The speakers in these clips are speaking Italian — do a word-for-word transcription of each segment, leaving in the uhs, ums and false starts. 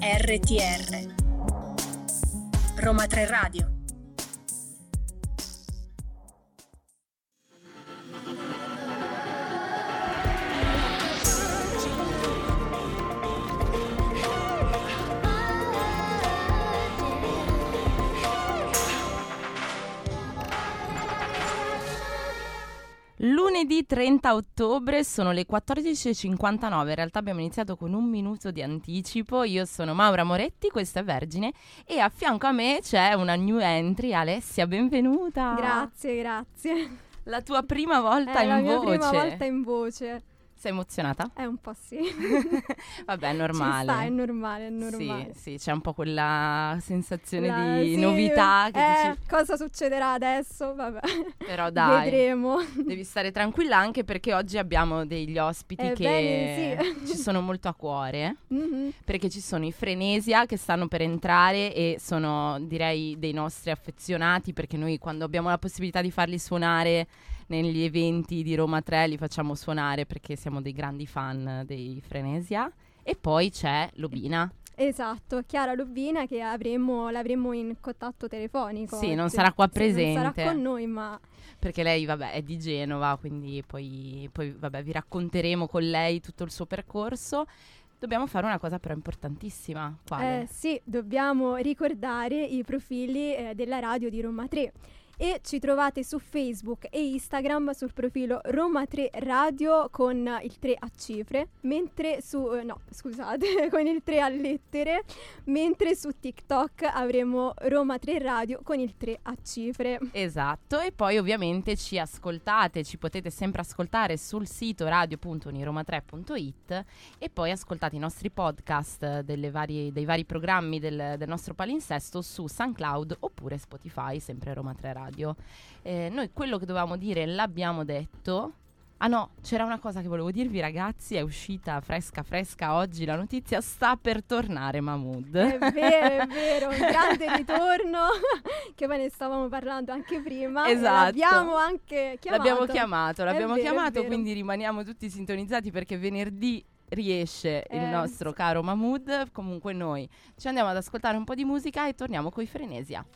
R T R Roma tre Radio. Lunedì trenta ottobre, sono le quattordici e cinquantanove, in realtà abbiamo iniziato con un minuto di anticipo. Io sono Maura Moretti, questa è Vergine e a fianco a me c'è una new entry, Alessia, benvenuta. Grazie, grazie. La tua prima volta è in la mia voce. prima volta in voce. Sei emozionata? Eh, un po' sì. Vabbè, è normale. Ci sta, è normale, è normale. Sì, sì, c'è un po' quella sensazione La, di sì, novità che eh, dici... cosa succederà adesso? Vabbè. Però dai, vedremo. Devi stare tranquilla anche perché oggi abbiamo degli ospiti eh, che bene, sì. ci sono molto a cuore. Mm-hmm. Perché ci sono i Frenesia che stanno per entrare e sono, direi, dei nostri affezionati, perché noi quando abbiamo la possibilità di farli suonare negli eventi di Roma tre li facciamo suonare perché siamo dei grandi fan dei Frenesia. E poi c'è Lobina. Esatto, Chiara Lubina che avremo, l'avremo in contatto telefonico. Sì, oggi. non sarà qua presente. Sì, non sarà con noi, ma... Perché lei, vabbè, è di Genova, quindi poi, poi, vabbè, vi racconteremo con lei tutto il suo percorso. Dobbiamo fare una cosa però importantissima. Quale? Eh, sì, dobbiamo ricordare i profili eh, della radio di Roma tre. E ci trovate su Facebook e Instagram sul profilo Roma tre Radio con il tre a cifre, mentre su eh, no, scusate, con il tre a lettere, mentre su TikTok avremo Roma tre Radio con il tre a cifre. Esatto, e poi ovviamente ci ascoltate, ci potete sempre ascoltare sul sito radio punto uniroma tre punto it e poi ascoltate i nostri podcast delle varie, dei vari programmi del, del nostro palinsesto su SoundCloud oppure Spotify, sempre Roma tre Radio. Eh, noi quello che dovevamo dire l'abbiamo detto. Ah no, c'era una cosa che volevo dirvi ragazzi, è uscita fresca fresca oggi la notizia, sta per tornare Mahmood. È vero, è vero, un grande ritorno che poi ne stavamo parlando anche prima. Esatto. L'abbiamo anche chiamato. L'abbiamo chiamato, l'abbiamo È vero, chiamato, è vero. quindi rimaniamo tutti sintonizzati perché venerdì riesce Eh, il nostro sì. caro Mahmood. Comunque noi ci andiamo ad ascoltare un po' di musica e torniamo coi Frenesia.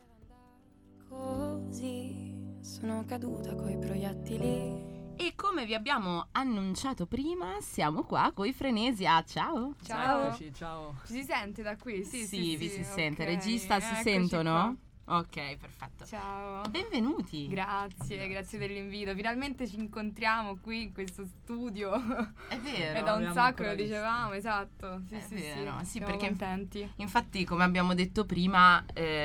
Così sono caduta coi proiettili. E come vi abbiamo annunciato prima, siamo qua coi Frenesia. Ciao. Ciao. Eccoci, ciao. Ci si sente da qui? Sì, Sì, sì, vi sì, si sente. ok. Regista, si Eccoci sentono? Ok, perfetto. qua. Ciao. Benvenuti. Grazie, grazie dell'invito. Finalmente ci incontriamo qui in questo studio. È vero. È da un abbiamo sacco ancora lo visto. dicevamo, esatto. Sì, È sì, vero, sì. sì, Siamo perché- contenti. Infatti, come abbiamo detto prima,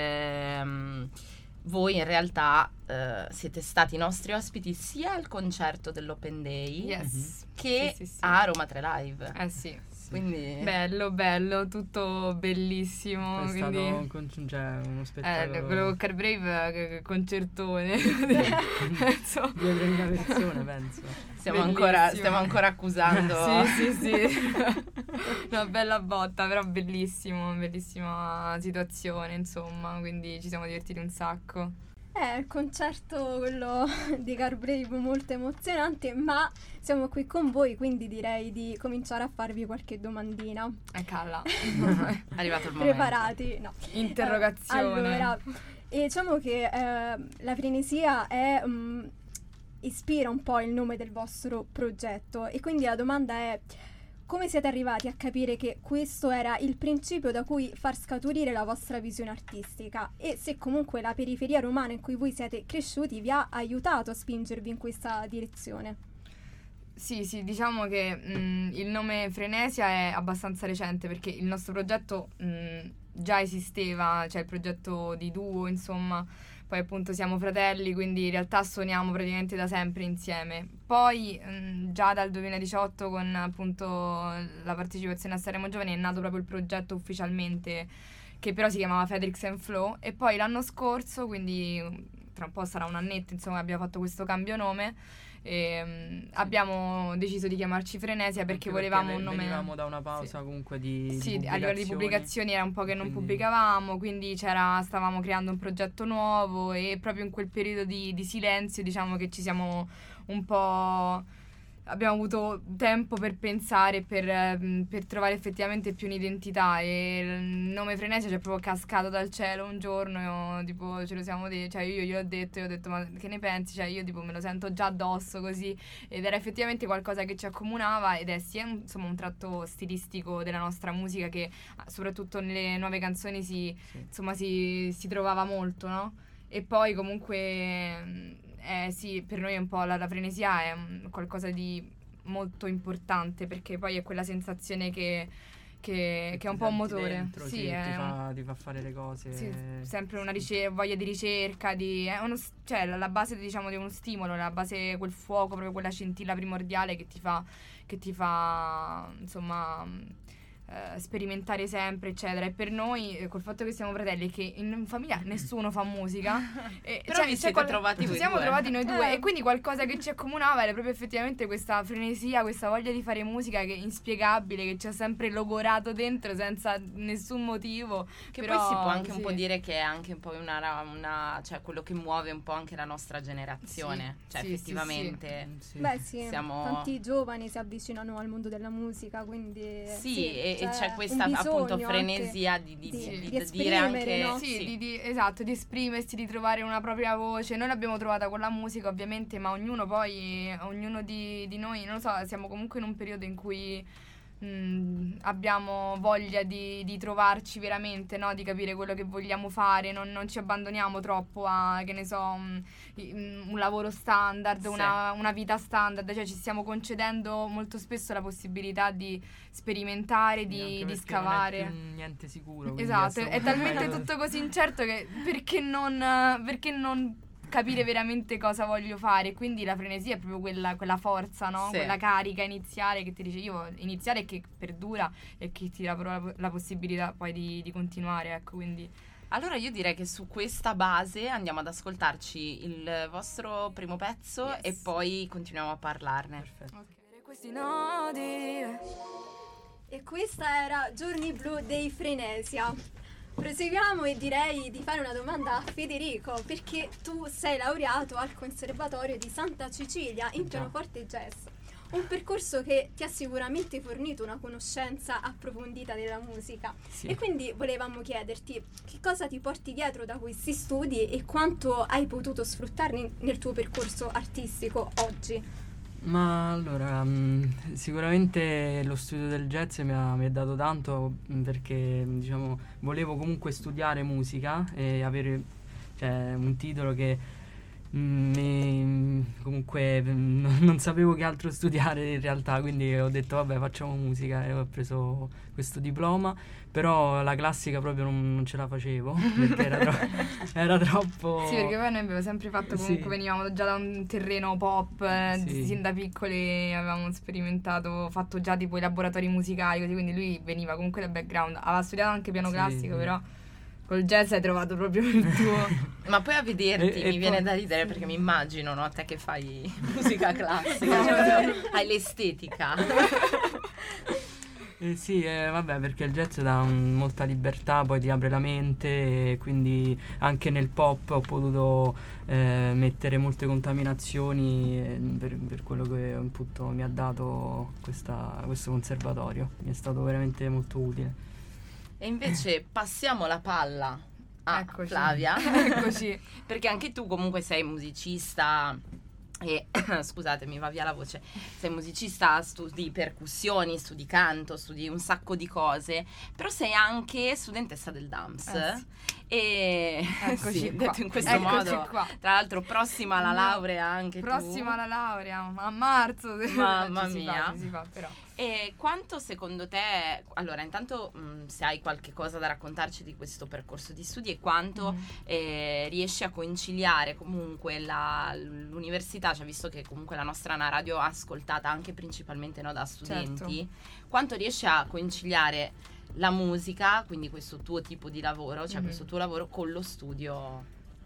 ehm, voi in realtà eh, siete stati nostri ospiti sia al concerto dell'Open Day Yes. che Sì, sì, sì. a Roma tre Live. Eh sì. Quindi Bello, bello, tutto bellissimo. È quindi... stato un, con- cioè, uno Eh, spettacolo. quello con Carbrave, che, che concertone. Penso. Di adrenalina versione, penso. stiamo bellissimo. ancora, stiamo ancora accusando. Sì, sì, sì. Una bella botta, però bellissimo, bellissima situazione, insomma, quindi ci siamo divertiti un sacco. Eh, il concerto quello di Carbrave molto emozionante, ma siamo qui con voi, quindi direi di cominciare a farvi qualche domandina. E calla. È arrivato il momento. Preparati? No. Interrogazione. Eh, allora, e diciamo che eh, la frenesia è mm, ispira un po' il nome del vostro progetto e quindi la domanda è: come siete arrivati a capire che questo era il principio da cui far scaturire la vostra visione artistica e se comunque la periferia romana in cui voi siete cresciuti vi ha aiutato a spingervi in questa direzione? Sì, sì, diciamo che mh, il nome Frenesia è abbastanza recente perché il nostro progetto mh, già esisteva, cioè il progetto di duo, insomma. Poi appunto siamo fratelli, quindi in realtà suoniamo praticamente da sempre insieme. Poi mh, già dal duemiladiciotto con appunto la partecipazione a Sanremo Giovani è nato proprio il progetto ufficialmente, che però si chiamava Fedrix and Flow. E poi l'anno scorso, quindi tra un po' sarà un annetto, insomma, abbiamo fatto questo cambio nome. E, um, abbiamo deciso di chiamarci Frenesia perché Anche volevamo ve- un nome. venivamo da una pausa Sì. comunque di, Sì, di a livello di pubblicazioni era un po' che non quindi- pubblicavamo, quindi c'era, stavamo creando un progetto nuovo e proprio in quel periodo di, di silenzio diciamo che ci siamo un po' abbiamo avuto tempo per pensare, per, ehm, per trovare effettivamente più un'identità, e il nome Frenesia ci è proprio cascato dal cielo un giorno, e, tipo ce lo siamo detti, cioè io gliel'ho detto, io ho detto ma che ne pensi, cioè io tipo me lo sento già addosso così, ed era effettivamente qualcosa che ci accomunava, ed è sia insomma un tratto stilistico della nostra musica che soprattutto nelle nuove canzoni si, Sì. insomma si, si trovava molto, no? E poi comunque... Eh, sì, per noi è un po' la, la frenesia è um, qualcosa di molto importante, perché poi è quella sensazione che, che, che è un po' un motore. Dentro, sì, sì, è ti, un- fa, ti fa fare le cose. sì, sempre una ricer- voglia di ricerca, di, è uno, s- cioè la, la base diciamo di uno stimolo, la base, quel fuoco, proprio quella scintilla primordiale che ti fa, che ti fa insomma eh, sperimentare sempre, eccetera. E per noi, eh, col fatto che siamo fratelli e che in famiglia nessuno fa musica, e, Però cioè, vi c'è siete qual- trovati ci voi siamo due. trovati noi due, Eh. e quindi qualcosa che ci accomunava era proprio effettivamente questa frenesia, questa voglia di fare musica che è inspiegabile, che ci ha sempre logorato dentro senza nessun motivo. Che Però, poi si può anche un sì. po' dire che è anche un po' una, ra- una cioè quello che muove un po' anche la nostra generazione. Sì, cioè sì, sì, effettivamente Mm, sì. Beh sì, Siamo- tanti giovani si avvicinano al mondo della musica, quindi sì, e, e c'è c'è un questa bisogno appunto anche frenesia di, di, di- di- di di dire esprimere, anche no? Sì, sì. Di, di- esatto, di esprimersi, di trovare una propria voce. Noi l'abbiamo trovata con la musica, ovviamente, ma ognuno poi, ognuno di, di noi, non lo so, siamo comunque in un periodo in cui mh, abbiamo voglia di, di trovarci veramente, no? Di capire quello che vogliamo fare, non, non ci abbandoniamo troppo a, che ne so, un, un lavoro standard, Sì. una, una vita standard, cioè ci stiamo concedendo molto spesso la possibilità di sperimentare, Sì, di, anche di perché scavare. non è più niente sicuro. quindi Esatto, sto- è talmente tutto così incerto che perché non, perché non capire veramente cosa voglio fare? Quindi la frenesia è proprio quella, quella forza, no? Sì. Quella carica iniziale che ti dice io iniziare e che perdura e che ti dà però la, la possibilità poi di, di continuare, ecco, quindi Allora io direi che su questa base andiamo ad ascoltarci il vostro primo pezzo Yes. e poi continuiamo a parlarne. Perfetto. questi nodi. E questa era Giorni Blu dei Frenesia. Proseguiamo e direi di fare una domanda a Federico, perché tu sei laureato al Conservatorio di Santa Cecilia in Già. pianoforte jazz. Un percorso che ti ha sicuramente fornito una conoscenza approfondita della musica. Sì. E quindi volevamo chiederti che cosa ti porti dietro da questi studi e quanto hai potuto sfruttarli nel tuo percorso artistico oggi. Ma allora, mh, sicuramente lo studio del jazz mi ha, mi ha dato tanto, mh, perché diciamo volevo comunque studiare musica e avere, cioè, un titolo che mh, mi, comunque mh, non, non sapevo che altro studiare in realtà, quindi ho detto vabbè, facciamo musica, e ho preso questo diploma, però la classica proprio non, non ce la facevo perché era, tro- era troppo... Sì, perché poi noi abbiamo sempre fatto, comunque Sì. venivamo già da un terreno pop, eh, Sì. sin da piccoli avevamo sperimentato, fatto già tipo i laboratori musicali, così, quindi lui veniva comunque dal background, aveva studiato anche piano Sì, classico, sì. però col jazz hai trovato proprio il tuo... Ma poi a vederti E- e mi viene poi- da ridere perché mi immagino, no, te che fai musica classica, cioè, proprio hai l'estetica. Eh sì, eh, vabbè, perché il jazz dà un- molta libertà, poi ti apre la mente, e quindi anche nel pop ho potuto eh, mettere molte contaminazioni, eh, per, per quello che appunto mi ha dato questa- questo conservatorio. Mi è stato veramente molto utile. E invece passiamo la palla a Eccoci. Flavia, Eccoci. perché anche tu comunque sei musicista e scusate, mi va via la voce. Sei musicista, studi percussioni, studi canto, studi un sacco di cose, però sei anche studentessa del D A M S. Eh sì. E Eccoci sì, qua. detto in questo Eccoci modo, qua. tra l'altro prossima alla No, laurea anche Prossima tu. alla laurea, a marzo. Mamma Ci si mia. fa, ci si fa, però. E quanto secondo te, allora intanto mh, se hai qualche cosa da raccontarci di questo percorso di studi e quanto Mhm. eh, riesci a conciliare comunque la- l'università, cioè visto che comunque la nostra è una radio ascoltata anche principalmente, no, da studenti, quanto riesci a conciliare la musica, quindi questo tuo tipo di lavoro, cioè Mhm. questo tuo lavoro con lo studio?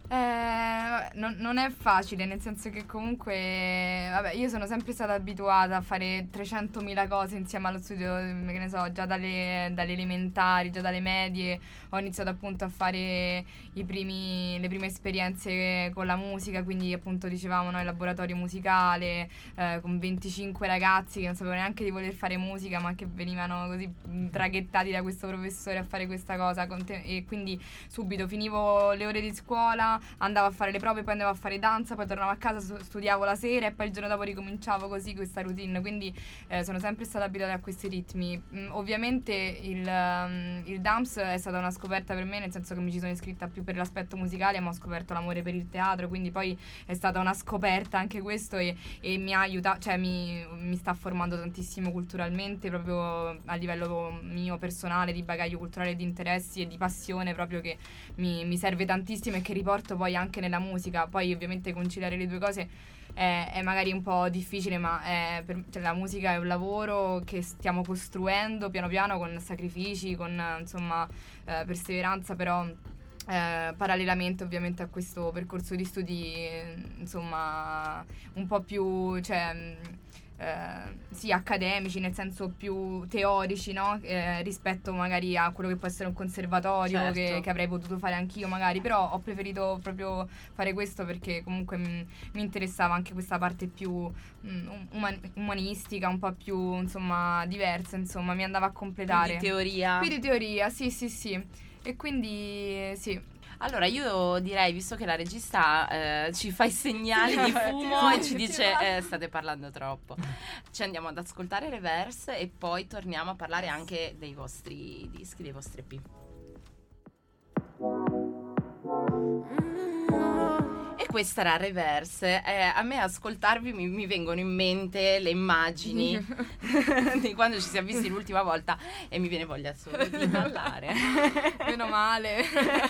Eh, vabbè, non, non è facile, nel senso che comunque, vabbè, io sono sempre stata abituata a fare trecentomila cose insieme allo studio, che ne so, già dalle, dalle elementari, già dalle medie, ho iniziato appunto a fare i primi, le prime esperienze con la musica, quindi appunto dicevamo noi laboratorio musicale, eh, con venticinque ragazzi che non sapevano neanche di voler fare musica, ma che venivano così traghettati da questo professore a fare questa cosa, con te, e quindi subito finivo le ore di scuola, andavo a fare le prove, poi andavo a fare danza, poi tornavo a casa, studiavo la sera e poi il giorno dopo ricominciavo così questa routine, quindi eh, sono sempre stata abituata a questi ritmi. Mm, ovviamente il, um, il D A M S è stata una scoperta per me, nel senso che mi ci sono iscritta più per l'aspetto musicale, ma ho scoperto l'amore per il teatro, quindi poi è stata una scoperta anche questo e, e mi ha aiutato, cioè mi, mi sta formando tantissimo culturalmente, proprio a livello mio personale, di bagaglio culturale, di interessi e di passione proprio, che mi, mi serve tantissimo e che riporto poi anche nella musica. Poi ovviamente conciliare le due cose è, è magari un po' difficile, ma è per, cioè, la musica è un lavoro che stiamo costruendo piano piano, con sacrifici, con insomma eh, perseveranza, però eh, parallelamente ovviamente a questo percorso di studi eh, insomma un po' più, cioè Eh, sì, accademici, nel senso più teorici, no? Eh, rispetto magari a quello che può essere un conservatorio, certo. che, che avrei potuto fare anch'io magari, però ho preferito proprio fare questo perché comunque m- mi interessava anche questa parte più mh, uman- umanistica, un po' più insomma diversa, insomma mi andava a completare. Di teoria. Qui di teoria, sì sì sì, e quindi sì. Allora io direi, visto che la regista eh, ci fa i segnali di fumo e ci dice eh, state parlando troppo, ci andiamo ad ascoltare Reverse e poi torniamo a parlare anche dei vostri dischi, dei vostri E P. E questa era Reverse. Eh, a me ascoltarvi mi, mi vengono in mente le immagini di quando ci siamo visti l'ultima volta e mi viene voglia solo di ballare. Meno male.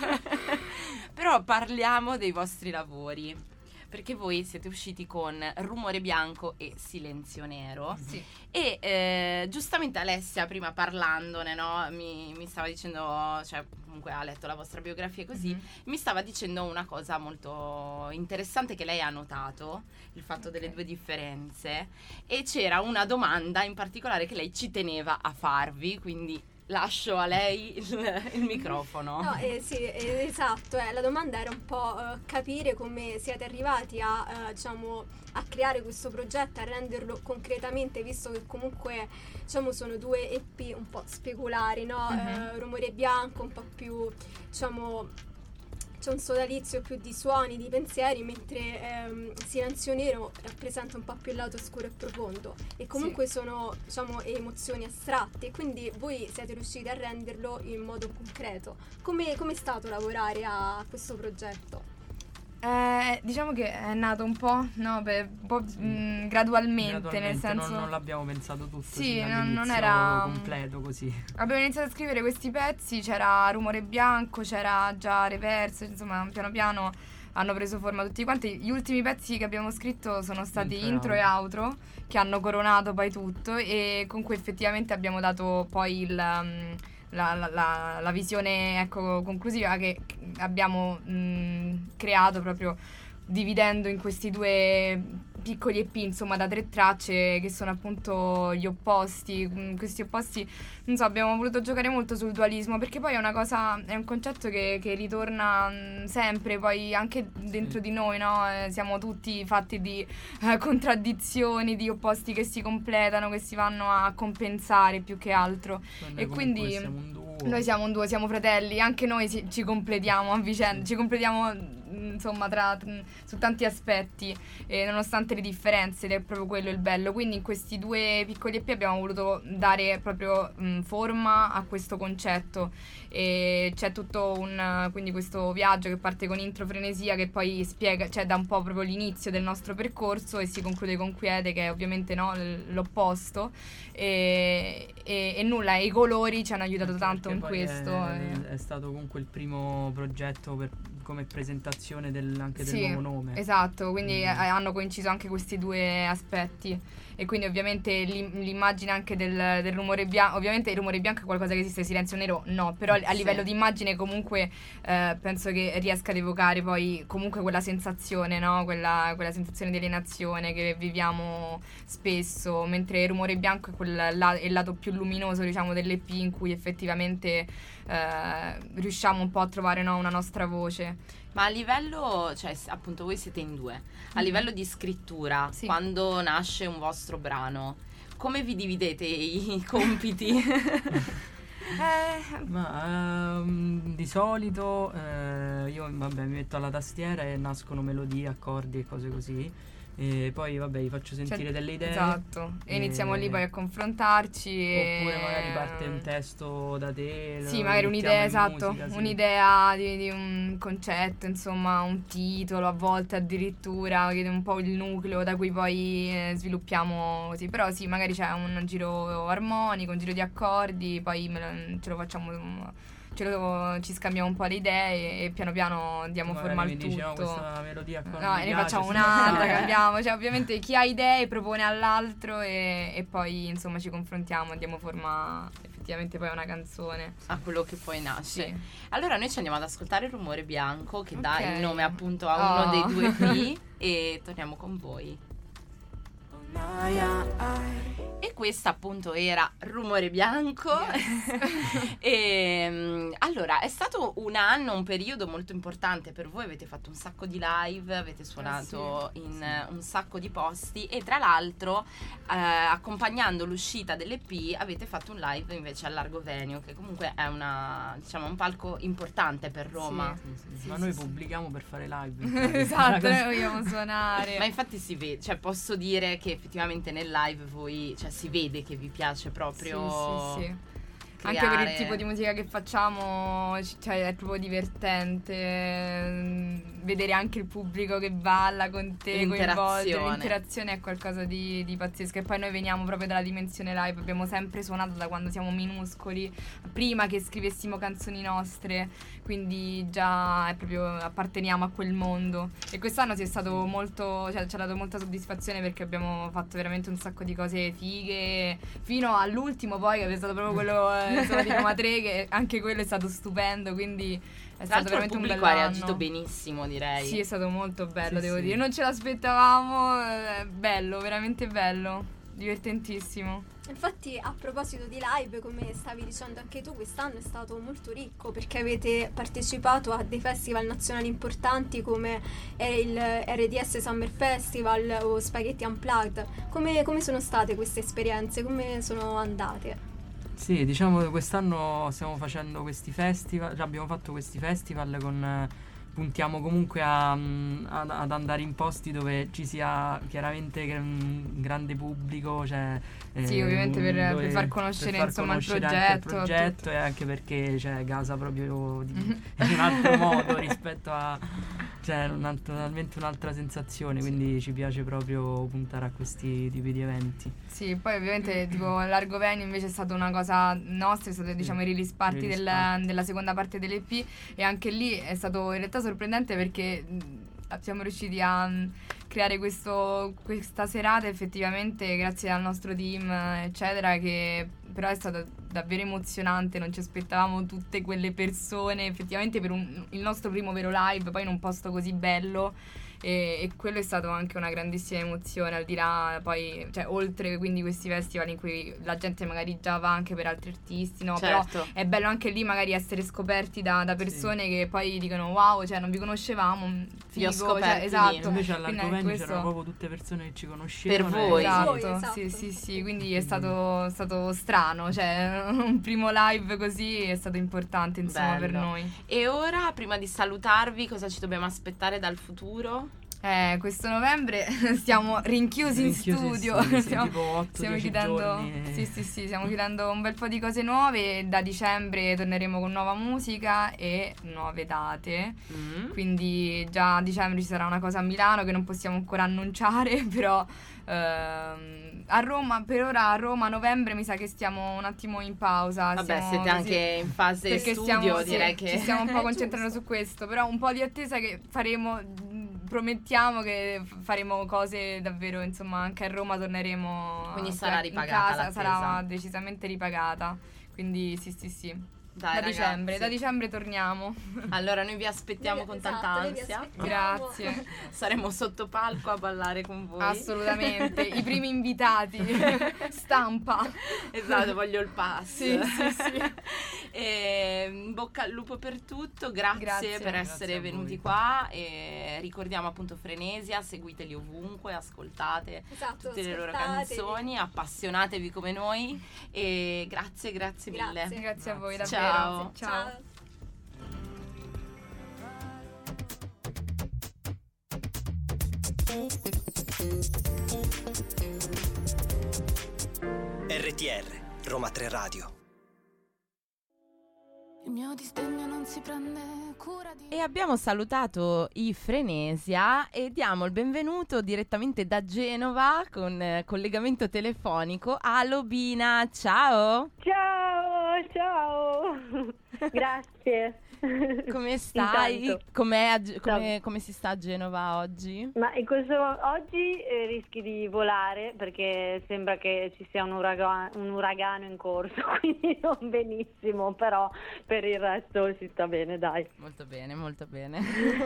Però parliamo dei vostri lavori, perché voi siete usciti con Rumore Bianco e Silenzio Nero. Sì. E eh, giustamente Alessia prima parlandone, no, mi, mi stava dicendo, cioè comunque ha letto la vostra biografia così, Mm-hmm. mi stava dicendo una cosa molto interessante che lei ha notato, il fatto Okay. delle due differenze, e c'era una domanda in particolare che lei ci teneva a farvi, quindi lascio a lei il, il microfono. No, eh, sì, eh, esatto, eh, la domanda era un po' eh, capire come siete arrivati a, eh, diciamo, a creare questo progetto, a renderlo concretamente, visto che comunque, diciamo, sono due E P un po' speculari, no? Mhm. Eh, Rumore Bianco un po' più, diciamo, c'è un sodalizio più di suoni, di pensieri, mentre ehm, Silenzio Nero rappresenta un po' più il lato oscuro e profondo e comunque sono, diciamo, emozioni astratte, quindi voi siete riusciti a renderlo in modo concreto. Come è stato lavorare a questo progetto? Eh, diciamo che è nato un po', no, per, un po' mh, gradualmente, Gradualmente, nel senso non, non l'abbiamo pensato tutto Sì, sì, non- non all'inizio era- completo così. abbiamo iniziato a scrivere questi pezzi, c'era Rumore Bianco, c'era già Reverse, insomma piano piano hanno preso forma tutti quanti. Gli ultimi pezzi che abbiamo scritto sono stati Intro e intro e outro, che hanno coronato poi tutto e con cui effettivamente abbiamo dato poi il... um, La, la, la, la visione, ecco, conclusiva che abbiamo mh, creato proprio dividendo in questi due piccoli E P, insomma, da tre tracce che sono appunto gli opposti. Mh, questi opposti, non so, abbiamo voluto giocare molto sul dualismo, perché poi è una cosa, è un concetto che, che ritorna mh, sempre, poi anche dentro di noi, no? Eh, siamo tutti fatti di eh, contraddizioni, di opposti che si completano, che si vanno a compensare più che altro. Noi E comunque quindi siamo un duo. Noi siamo un duo, siamo fratelli, anche noi ci, ci completiamo a vicenda, ci completiamo mh, insomma tra, mh, su tanti aspetti, eh, nonostante le differenze, ed è proprio quello il bello. Quindi in questi due piccoli E P abbiamo voluto dare proprio mh, forma a questo concetto, e c'è tutto un quindi questo viaggio che parte con Intro Frenesia, che poi spiega, cioè da un po' proprio l'inizio del nostro percorso, e si conclude con Quiete, che è ovviamente no, l- l'opposto, e, e, e nulla, e i colori ci hanno aiutato Anche tanto in perché poi questo. È, e- è stato comunque il primo progetto per, come presentazione l'accettazione del, anche del Sì, nuovo nome. Esatto, quindi Mm. eh, hanno coinciso anche questi due aspetti. E quindi ovviamente l'im- l'immagine anche del, del rumore bianco, ovviamente il rumore bianco è qualcosa che esiste, Silenzio Nero no, però a Sì. livello di immagine comunque eh, penso che riesca ad evocare poi comunque quella sensazione, no? Quella, quella sensazione di alienazione che viviamo spesso, mentre il rumore bianco è, quel la- è il lato più luminoso, diciamo, dell'E P in cui effettivamente eh, riusciamo un po' a trovare, no, una nostra voce. Ma a livello, cioè s- appunto voi siete in due, a livello di scrittura, Sì. quando nasce un vostro brano, come vi dividete i compiti? Eh, Ma ehm, di solito eh, io vabbè, mi metto alla tastiera e nascono melodie, accordi e cose così. E poi vabbè, gli faccio sentire Cioè, delle idee. esatto, e e- iniziamo lì poi a confrontarci. Oppure e- magari parte un testo da te. Sì, lo magari mettiamo un'idea, in esatto, musica, sì. un'idea di, di un concetto, insomma, un titolo, a volte addirittura, che è un po' il nucleo da cui poi eh, sviluppiamo così. Però sì, magari c'è un giro armonico, un giro di accordi, poi me lo- ce lo facciamo, ce lo, ci scambiamo un po' le idee e piano piano diamo Magari forma mi al dici, no, tutto. questa melodia qua non No, mi e ne piace, facciamo sì. un'altra, cambiamo. Cioè, ovviamente chi ha idee propone all'altro e, e poi insomma ci confrontiamo, diamo forma effettivamente poi a una canzone. A quello che poi nasce. Sì. Allora noi ci andiamo ad ascoltare il rumore bianco che dà Ok. il nome appunto a uno Oh. dei due P e torniamo con voi. E questa appunto era Rumore Bianco. E mm, allora è stato un anno, un periodo molto importante per voi, avete fatto un sacco di live, avete suonato in eh, un sacco di posti e tra l'altro eh, accompagnando l'uscita dell'E P avete fatto un live invece al Largo Venio, che comunque è una, diciamo, un palco importante per Roma. Sì, sì, Sì, ma sì, noi sì. pubblichiamo per fare live. Esatto, Una noi cosa- vogliamo suonare. Ma infatti si vede, cioè posso dire che effettivamente nel live voi, cioè si vede che vi piace proprio Sì, sì, sì. creare. Anche per il tipo di musica che facciamo, c- cioè è proprio divertente mm, vedere anche il pubblico che balla con te, L'interazione. coinvolgere. L'interazione è qualcosa di, di pazzesco. E poi noi veniamo proprio dalla dimensione live, abbiamo sempre suonato da quando siamo minuscoli, prima che scrivessimo canzoni nostre, quindi già è proprio apparteniamo a quel mondo. E quest'anno si è stato molto, cioè ci ha dato molta soddisfazione perché abbiamo fatto veramente un sacco di cose fighe, fino all'ultimo poi che è stato proprio quello eh, insomma, di Roma tre, che anche quello è stato stupendo, quindi è Tra stato l'altro il veramente un pubblico bel ha anno. reagito benissimo, direi. Sì, è stato molto bello, Sì, devo sì. dire. Non ce l'aspettavamo, eh, bello, veramente bello, divertentissimo. Infatti, a proposito di live, come stavi dicendo anche tu, quest'anno è stato molto ricco perché avete partecipato a dei festival nazionali importanti come è il R D S Summer Festival o Spaghetti Unplugged. Come, come sono state queste esperienze? Come sono andate? Sì, diciamo che quest'anno stiamo facendo questi festival, cioè abbiamo fatto questi festival con eh, puntiamo comunque a, mm, ad, ad andare in posti dove ci sia chiaramente che un grande pubblico, cioè Sì, ovviamente per- dove- per far conoscere, per far insomma, il conoscere anche il progetto, progetto e anche perché cioè gasa proprio di, in un altro modo rispetto a cioè una, totalmente un'altra sensazione, quindi ci piace proprio puntare a questi tipi di eventi. Sì, poi ovviamente tipo Largo Venio invece è stata una cosa nostra, è stato diciamo il release party Release della, party. della seconda parte dell'E P e anche lì è stato in realtà sorprendente perché mh, siamo riusciti a mh, creare questo, questa serata effettivamente grazie al nostro team eccetera, che però è stato davvero emozionante, non ci aspettavamo tutte quelle persone effettivamente per un, il nostro primo vero live poi in un posto così bello. E, e quello è stato anche una grandissima emozione, al di là poi, cioè oltre quindi questi festival in cui la gente magari già va anche per altri artisti, no? Certo. Però è bello anche lì magari essere scoperti da, da persone che poi dicono wow, cioè non vi conoscevamo, Vi ho figo, scoperti cioè, lì. esatto. Invece Quindi all'Arco Venio questo- c'erano proprio tutte persone che ci conoscevano. Per voi. e- Esatto, Voi, esatto. sì, sì, sì, quindi è stato, stato strano, cioè un primo live così è stato importante insomma per Bello. noi. E ora, prima di salutarvi, cosa ci dobbiamo aspettare dal futuro? Eh, questo novembre stiamo rinchiusi, Rinchiusi in in studio, studio, sì, stiamo, tipo otto stiamo dieci chiudendo, giorni e- sì, sì, sì, stiamo chiudendo un bel po' di cose nuove e da dicembre torneremo con nuova musica e nuove date. Mm. Quindi già a dicembre ci sarà una cosa a Milano che non possiamo ancora annunciare, però ehm, a Roma, per ora a Roma a novembre mi sa che stiamo un attimo in pausa. Vabbè, stiamo siete così- anche in fase perché studio, stiamo, sì, direi che ci stiamo un po' È concentrando giusto. su questo, però un po' di attesa che faremo, mh, promettiamo che f- faremo cose davvero, insomma, anche a Roma torneremo Quindi in sarà ca- ripagata in casa, l'attesa. sarà decisamente ripagata. Quindi sì, sì, sì. Dai, da ragazzi. dicembre, da dicembre torniamo. Allora noi vi aspettiamo con Esatto, tanta noi vi ansia. aspettiamo. Grazie. Saremo sotto palco a ballare con voi. Assolutamente, i primi invitati. Stampa. Esatto, voglio il pass. Sì, sì, sì. E in bocca al lupo per tutto, grazie, Grazie. per Grazie essere a voi. venuti qua e ricordiamo appunto Frenesia, seguiteli ovunque, ascoltate Esatto, tutte le loro ascoltatevi. canzoni, appassionatevi come noi e grazie, grazie mille. Grazie. Grazie a voi davvero. Ciao. Ciao. Ciao. R T R, Roma tre Radio. Il mio disdegno non si prende cura di... E abbiamo salutato i Frenesia e diamo il benvenuto direttamente da Genova con eh, collegamento telefonico a Lobina. Ciao! Ciao, ciao. Grazie. Come stai? Intanto. Com'è a Ge- Ciao. come, come si sta a Genova oggi? Ma in questo oggi eh, rischi di volare perché sembra che ci sia un, uraga- un uragano in corso, quindi non benissimo, però per il resto si sta bene, dai. Molto bene, molto bene.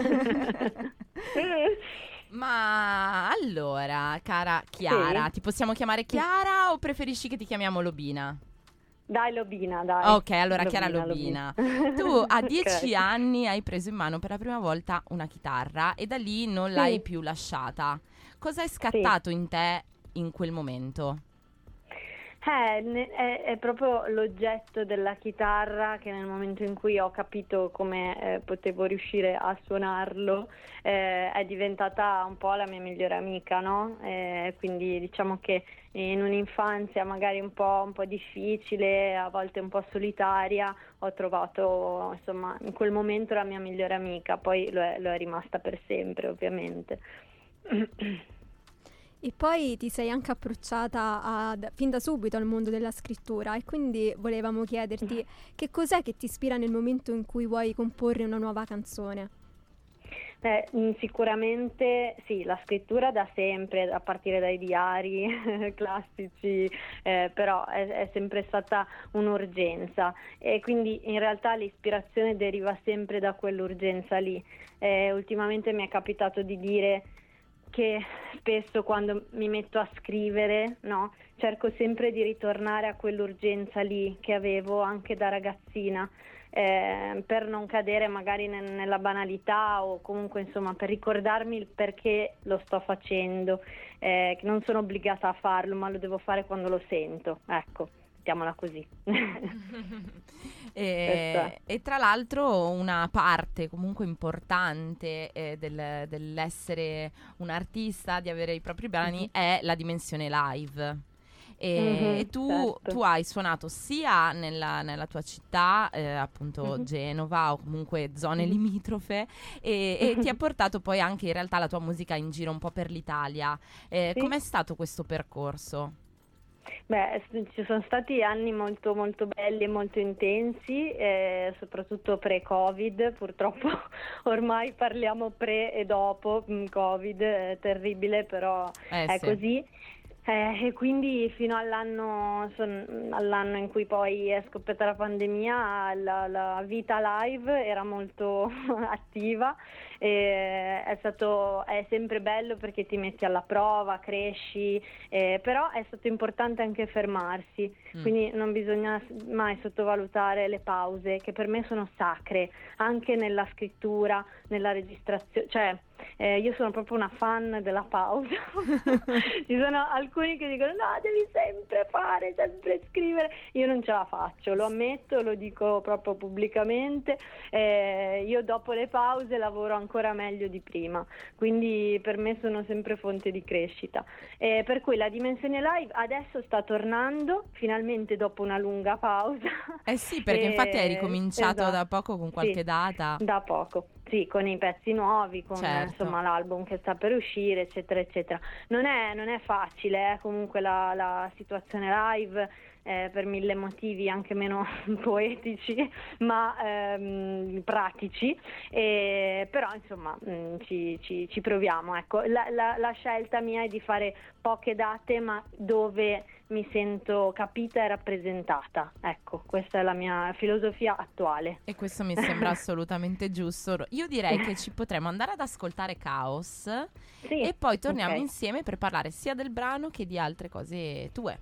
Ma allora, cara Chiara, Sì. ti possiamo chiamare Chiara o preferisci che ti chiamiamo Lobina? Dai Lobina, dai. Ok, allora Chiara Lobina. Tu a dieci Ok. anni hai preso in mano per la prima volta una chitarra e da lì non l'hai più lasciata. Cosa è scattato in te in quel momento? Eh, ne- è, è proprio l'oggetto della chitarra che nel momento in cui ho capito come eh, potevo riuscire a suonarlo eh, è diventata un po' la mia migliore amica, no? Eh, quindi diciamo che in un'infanzia magari un po', un po' difficile, a volte un po' solitaria, ho trovato insomma in quel momento la mia migliore amica, poi lo è, lo è rimasta per sempre ovviamente. E poi ti sei anche approcciata ad- fin da subito al mondo della scrittura e quindi volevamo chiederti che cos'è che ti ispira nel momento in cui vuoi comporre una nuova canzone. Beh, mh, sicuramente sì, la scrittura da sempre, a partire dai diari classici, eh, però è, è sempre stata un'urgenza e quindi in realtà l'ispirazione deriva sempre da quell'urgenza lì. Eh, ultimamente mi è capitato di dire che spesso quando mi metto a scrivere, no, cerco sempre di ritornare a quell'urgenza lì che avevo anche da ragazzina, eh, per non cadere magari nel- nella banalità o comunque insomma per ricordarmi il perché lo sto facendo, eh, che non sono obbligata a farlo, ma lo devo fare quando lo sento, ecco, mettiamola così. E, Questo è. e tra l'altro una parte comunque importante eh, del- dell'essere un artista, di avere i propri brani, è la dimensione live. E, Mhm, e tu, certo. tu hai suonato sia nella, nella tua città, eh, appunto Mhm. Genova o comunque zone Mhm. limitrofe, e, e ti ha portato poi anche in realtà la tua musica in giro un po' per l'Italia. Eh, Sì. Com'è stato questo percorso? Beh, s- ci sono stati anni molto molto belli e molto intensi, eh, soprattutto pre-Covid, purtroppo ormai parliamo pre e dopo mm, Covid, è terribile, però Eh, è sì. così. Eh, e quindi fino all'anno, son- all'anno in cui poi è scoppiata la pandemia, la, la vita live era molto attiva e è stato, è sempre bello perché ti metti alla prova, cresci, eh, però è stato importante anche fermarsi, Mm. quindi non bisogna s- mai sottovalutare le pause che per me sono sacre, anche nella scrittura, nella registrazione, cioè eh, io sono proprio una fan della pausa. Ci sono alcuni che dicono no, devi sempre fare, sempre scrivere. Io non ce la faccio, lo ammetto, lo dico proprio pubblicamente. Eh, io dopo le pause lavoro ancora meglio di prima, quindi per me sono sempre fonte di crescita. Eh, per cui la dimensione live adesso sta tornando, finalmente dopo una lunga pausa. Eh sì, perché infatti hai ricominciato esatto. da poco con qualche Sì, data. Da poco, sì, con i pezzi nuovi, con Certo. insomma l'album che sta per uscire, eccetera, eccetera. Non è, non è facile, eh, comunque la, la situazione live, eh, per mille motivi anche meno poetici, ma ehm, pratici, e, però insomma mh, ci, ci, ci proviamo. Ecco. La, la, la scelta mia è di fare poche date, ma dove mi sento capita e rappresentata. Ecco, questa è la mia filosofia attuale. E questo mi sembra assolutamente giusto. Io direi che ci potremmo andare ad ascoltare Caos, Sì, e poi torniamo ok. insieme per parlare sia del brano che di altre cose tue.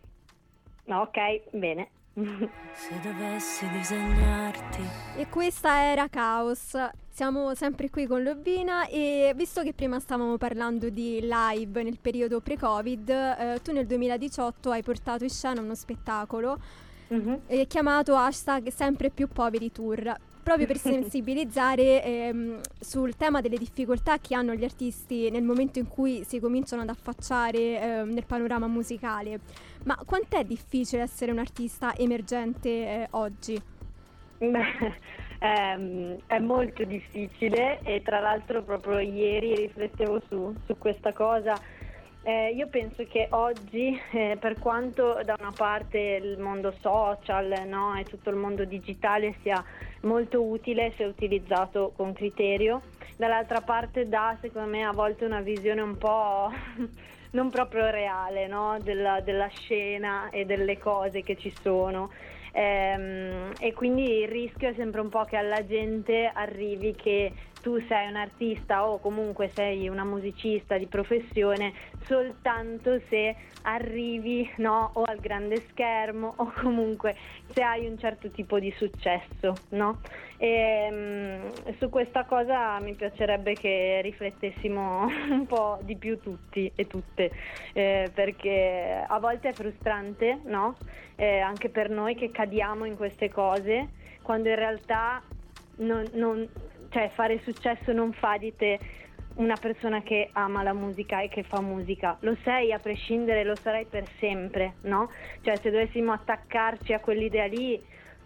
Ok, bene. Se dovessi disegnarti. E questa era Caos. Siamo sempre qui con Lobbina e visto che prima stavamo parlando di live nel periodo pre-Covid, eh, tu nel duemiladiciotto hai portato in scena uno spettacolo Mhm. eh, chiamato hashtag sempre più poveri tour, proprio per sensibilizzare ehm, sul tema delle difficoltà che hanno gli artisti nel momento in cui si cominciano ad affacciare ehm, nel panorama musicale. Ma quant'è difficile essere un artista emergente eh, oggi? Beh, ehm, è molto difficile, e tra l'altro proprio ieri riflettevo su, su questa cosa. Eh, io penso che oggi, eh, per quanto da una parte il mondo social, no, e tutto il mondo digitale sia molto utile se utilizzato con criterio, dall'altra parte dà, secondo me, a volte una visione un po' non proprio reale, no, della, della scena e delle cose che ci sono. Ehm, e quindi il rischio è sempre un po' che alla gente arrivi che tu sei un artista o comunque sei una musicista di professione soltanto se arrivi, no, o al grande schermo o comunque se hai un certo tipo di successo, no? E, um, su questa cosa mi piacerebbe che riflettessimo un po' di più tutti e tutte, eh, perché a volte è frustrante, no? Eh, anche per noi che cadiamo in queste cose, quando in realtà non, non, cioè fare successo non fa di te una persona che ama la musica e che fa musica. Lo sei a prescindere, lo sarai per sempre, no? Cioè se dovessimo attaccarci a quell'idea lì,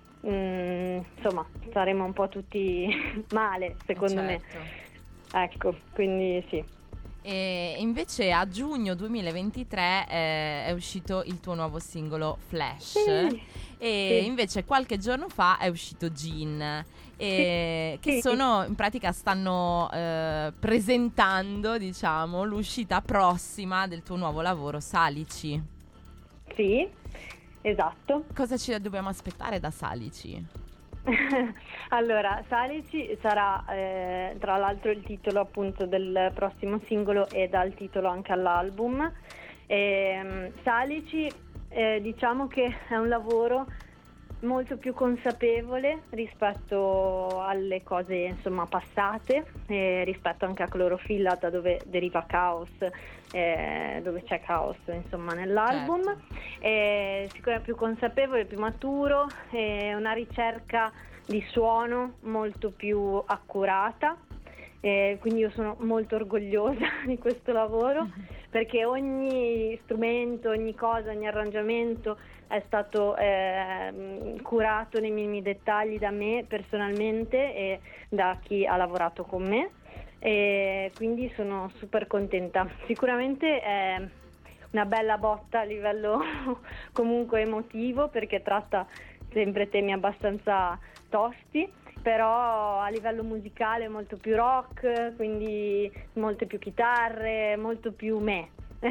mh, insomma, saremmo un po' tutti male, secondo Certo. me. Ecco, quindi sì. E invece a giugno duemilaventitré eh, è uscito il tuo nuovo singolo Flash. Sì, E sì. invece qualche giorno fa è uscito Gin, e che Sì. sono in pratica stanno eh, presentando, diciamo, l'uscita prossima del tuo nuovo lavoro Salici. Sì, esatto. Cosa ci dobbiamo aspettare da Salici? Allora, Salici sarà eh, tra l'altro il titolo appunto del prossimo singolo e dà il titolo anche all'album. E, Salici eh, diciamo che è un lavoro molto più consapevole rispetto alle cose insomma passate, e rispetto anche a Clorofilla, da dove deriva Caos, eh, dove c'è Caos insomma nell'album. Certo. È sicuramente più consapevole, più maturo, è una ricerca di suono molto più accurata, eh, quindi io sono molto orgogliosa di questo lavoro, perché ogni strumento, ogni cosa, ogni arrangiamento è stato eh, curato nei minimi dettagli da me personalmente e da chi ha lavorato con me, e quindi sono super contenta. Sicuramente è una bella botta a livello comunque emotivo, perché tratta sempre temi abbastanza tosti, però a livello musicale molto più rock, quindi molte più chitarre, molto più me.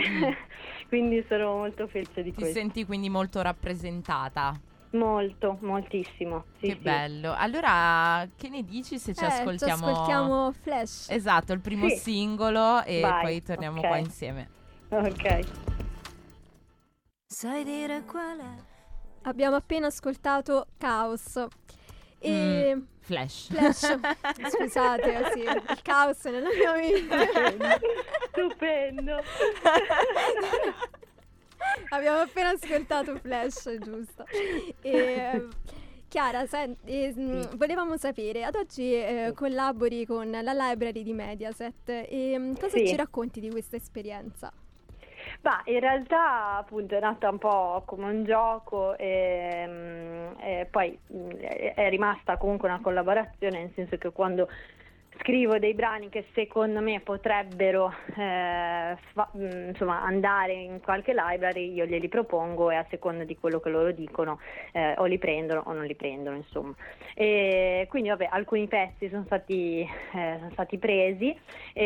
Quindi sono molto felice di Ti questo. senti quindi molto rappresentata? Molto, moltissimo. Sì, Che sì. bello. Allora, che ne dici se ci Eh, ascoltiamo? Ci ascoltiamo Flash. Esatto, il primo Sì. singolo e Vai, poi torniamo ok. qua insieme. Ok. Sai dire qual è? Abbiamo appena ascoltato Caos. E... Mm, flash. Flash. Scusate, sì, il caos nella mia vita. Stupendo. Abbiamo appena ascoltato Flash, giusto. E, Chiara, sen- e, mh, volevamo sapere, ad oggi eh, collabori con la library di Mediaset e mh, cosa Sì. ci racconti di questa esperienza? Ma in realtà appunto è nata un po' come un gioco e, mm, e poi mm, è è rimasta comunque una collaborazione, nel senso che quando scrivo dei brani che secondo me potrebbero eh, fa- mh, insomma andare in qualche library, io glieli propongo e a seconda di quello che loro dicono eh, o li prendono o non li prendono, insomma. E quindi vabbè, alcuni pezzi sono stati, eh, sono stati presi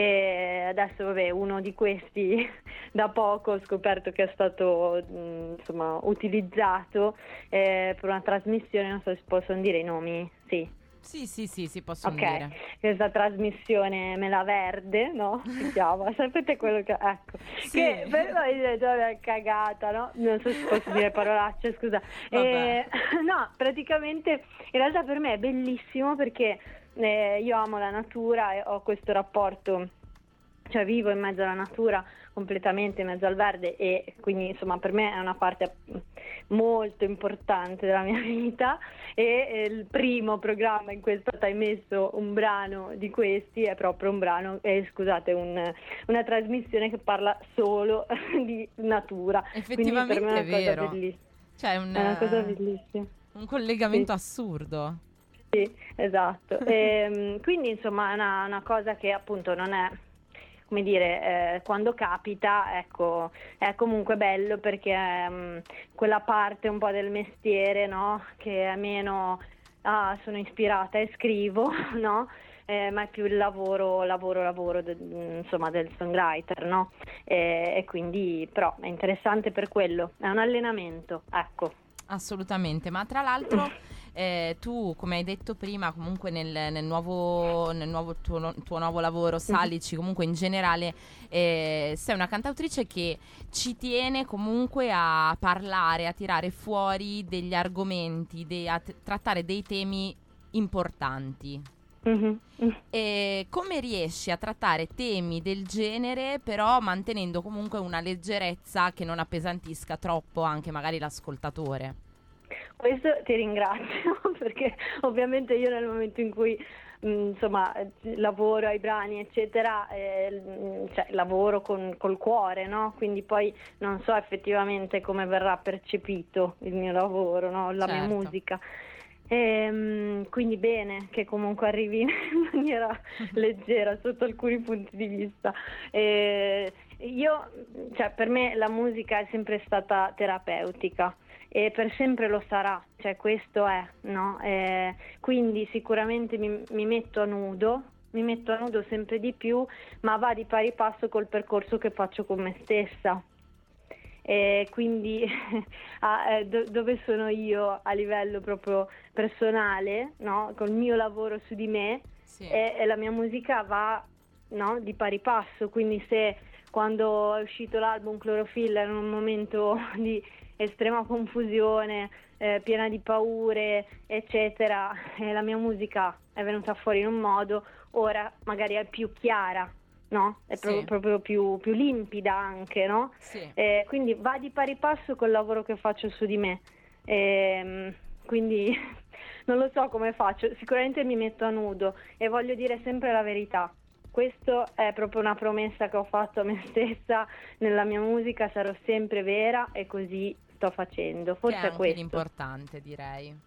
e adesso vabbè, uno di questi da poco ho scoperto che è stato mh, insomma utilizzato eh, per una trasmissione, non so se possono dire i nomi, sì. Sì, sì, sì, si possono Ok, dire. questa trasmissione Mela Verde, no? Si chiama, sapete quello che... Ecco, Sì. che per noi è già cagata, no? Non so se posso dire parolacce, scusa. Vabbè. Eh, no, praticamente in realtà per me è bellissimo perché eh, io amo la natura e ho questo rapporto, cioè vivo in mezzo alla natura, completamente in mezzo al verde e quindi insomma per me è una parte molto importante della mia vita e eh, il primo programma in cui è stato emesso un brano di questi è proprio un brano, eh, scusate, un, una trasmissione che parla solo di natura. Effettivamente quindi per me è una è vero. cosa bellissima. Cioè un, È una cosa bellissima. un collegamento Sì. assurdo. Sì, esatto. E, quindi insomma è una, una cosa che appunto non è, come dire, eh, quando capita, ecco, è comunque bello perché um, quella parte un po' del mestiere, no? Che è meno, ah, sono ispirata e scrivo, no? Eh, ma è più il lavoro, lavoro, lavoro, de, insomma, del songwriter, no? E, e quindi, però, è interessante per quello, è un allenamento, ecco. Assolutamente, ma tra l'altro eh, tu, come hai detto prima, comunque nel, nel nuovo, nel nuovo tuo, tuo nuovo lavoro, Salici, comunque in generale eh, sei una cantautrice che ci tiene comunque a parlare, a tirare fuori degli argomenti, de, a t- trattare dei temi importanti. Mm-hmm. E come riesci a trattare temi del genere, però mantenendo comunque una leggerezza che non appesantisca troppo anche magari l'ascoltatore? Questo ti ringrazio perché ovviamente io nel momento in cui mh, insomma lavoro ai brani eccetera eh, cioè, lavoro con, col cuore, no? Quindi poi non so effettivamente come verrà percepito il mio lavoro, no? La Certo. mia musica. E, quindi bene che comunque arrivi in maniera leggera sotto alcuni punti di vista. E io, cioè, per me la musica è sempre stata terapeutica e per sempre lo sarà, cioè questo è, no? E quindi sicuramente mi, mi metto a nudo, mi metto a nudo sempre di più, ma va di pari passo col percorso che faccio con me stessa. E quindi ah, eh, do- dove sono io a livello proprio personale, no? Col mio lavoro su di me, Sì. e, e la mia musica va, no? Di pari passo, quindi se quando è uscito l'album Clorofilla era un momento di estrema confusione, eh, piena di paure eccetera, e la mia musica è venuta fuori in un modo, ora magari è più chiara, no? È pro- Sì. proprio più, più limpida anche, no? Sì. Eh, quindi va di pari passo col lavoro che faccio su di me. Ehm, quindi non lo so come faccio, sicuramente mi metto a nudo e voglio dire sempre la verità. Questo è proprio una promessa che ho fatto a me stessa nella mia musica, sarò sempre vera e così sto facendo. Forse che è è anche questo. l'importante, direi.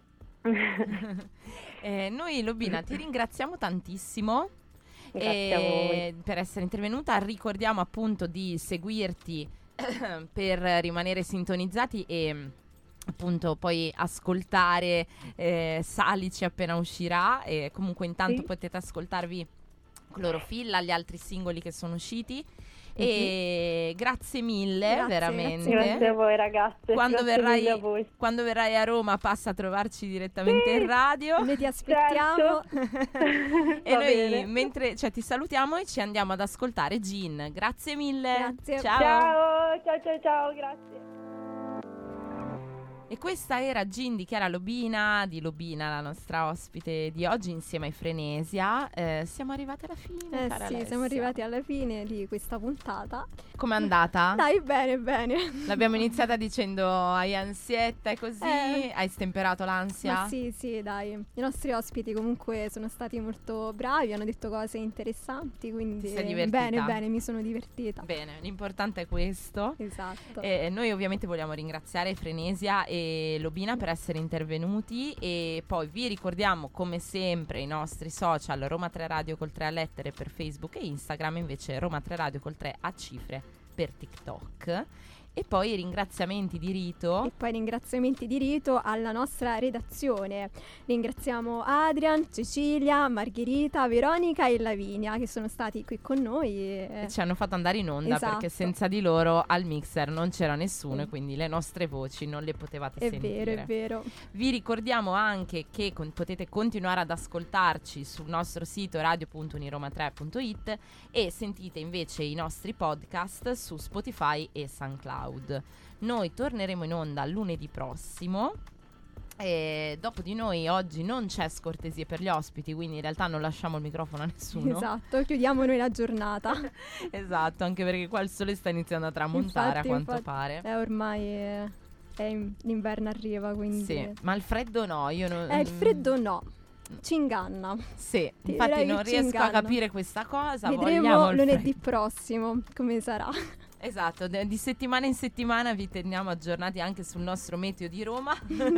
eh, noi Lobina ti ringraziamo tantissimo. Grazie a voi. Per essere intervenuta. Ricordiamo appunto di seguirti per rimanere sintonizzati e appunto poi ascoltare eh, Salici appena uscirà, e comunque intanto Sì. potete ascoltarvi Clorofilla, gli altri singoli che sono usciti. Mhm. E grazie mille, Grazie, veramente. Grazie a voi ragazze. Quando Grazie verrai, mille a voi. quando verrai a Roma passa a trovarci direttamente Sì. in radio. Noi ti aspettiamo. Certo. E Va noi bene. mentre cioè, ti salutiamo e ci andiamo ad ascoltare Gin. Grazie mille. Grazie. Ciao. Ciao, ciao, ciao, ciao, grazie. E questa era Gin di Chiara Lobina, di Lobina, la nostra ospite di oggi, insieme ai Frenesia. Eh, siamo arrivati alla fine, Eh cara sì, Alessia. siamo arrivati alla fine di questa puntata. Com'è andata? Dai, bene, bene. L'abbiamo iniziata dicendo hai ansietta e così, Eh. hai stemperato l'ansia? Ma sì, sì, dai. I nostri ospiti comunque sono stati molto bravi, hanno detto cose interessanti, quindi Ti sei divertita? bene, bene, mi sono divertita. Bene, l'importante è questo. Esatto. E noi ovviamente vogliamo ringraziare Frenesia e Lobina per essere intervenuti, e poi vi ricordiamo come sempre i nostri social Roma tre Radio col tre a lettere per Facebook e Instagram, invece Roma tre Radio col tre a cifre per TikTok. E poi i ringraziamenti di rito. E poi ringraziamenti di rito alla nostra redazione. Ringraziamo Adrian, Cecilia, Margherita, Veronica e Lavinia che sono stati qui con noi. E... E ci hanno fatto andare in onda, Esatto. perché senza di loro al mixer non c'era nessuno, Sì. e quindi le nostre voci non le potevate È sentire. vero, è vero. Vi ricordiamo anche che con- potete continuare ad ascoltarci sul nostro sito radio punto uniroma tre punto it e sentite invece i nostri podcast su Spotify e SoundCloud. Noi torneremo in onda lunedì prossimo. E dopo di noi oggi non c'è scortesie per gli ospiti, quindi in realtà non lasciamo il microfono a nessuno. Esatto, chiudiamo noi la giornata. Esatto, anche perché qua il sole sta iniziando a tramontare, Infatti, a quanto infatti. pare. Eh, ormai è, è in- l'inverno arriva, quindi... Sì, ma il freddo no, io non... Eh, il freddo no, ci inganna. Sì, Ti infatti direi non che ci riesco a inganna. capire questa cosa. vogliamo Vedremo il lunedì freddo. prossimo come sarà. Esatto, de- di settimana in settimana vi teniamo aggiornati anche sul nostro meteo di Roma.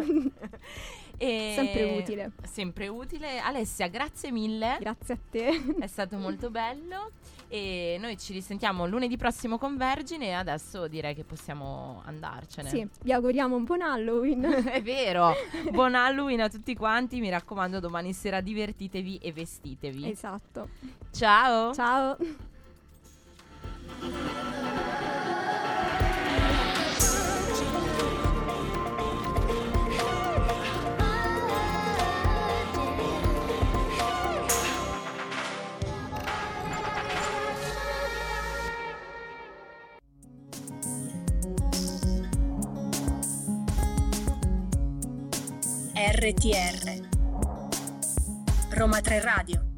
E Sempre utile. Sempre utile. Alessia, grazie mille. Grazie a te. È stato molto bello. E noi ci risentiamo lunedì prossimo con Vergine. E adesso direi che possiamo andarcene. Sì, vi auguriamo un buon Halloween. È vero. Buon Halloween a tutti quanti. Mi raccomando, domani sera divertitevi e vestitevi. Esatto. Ciao. Ciao. R T R Roma tre Radio.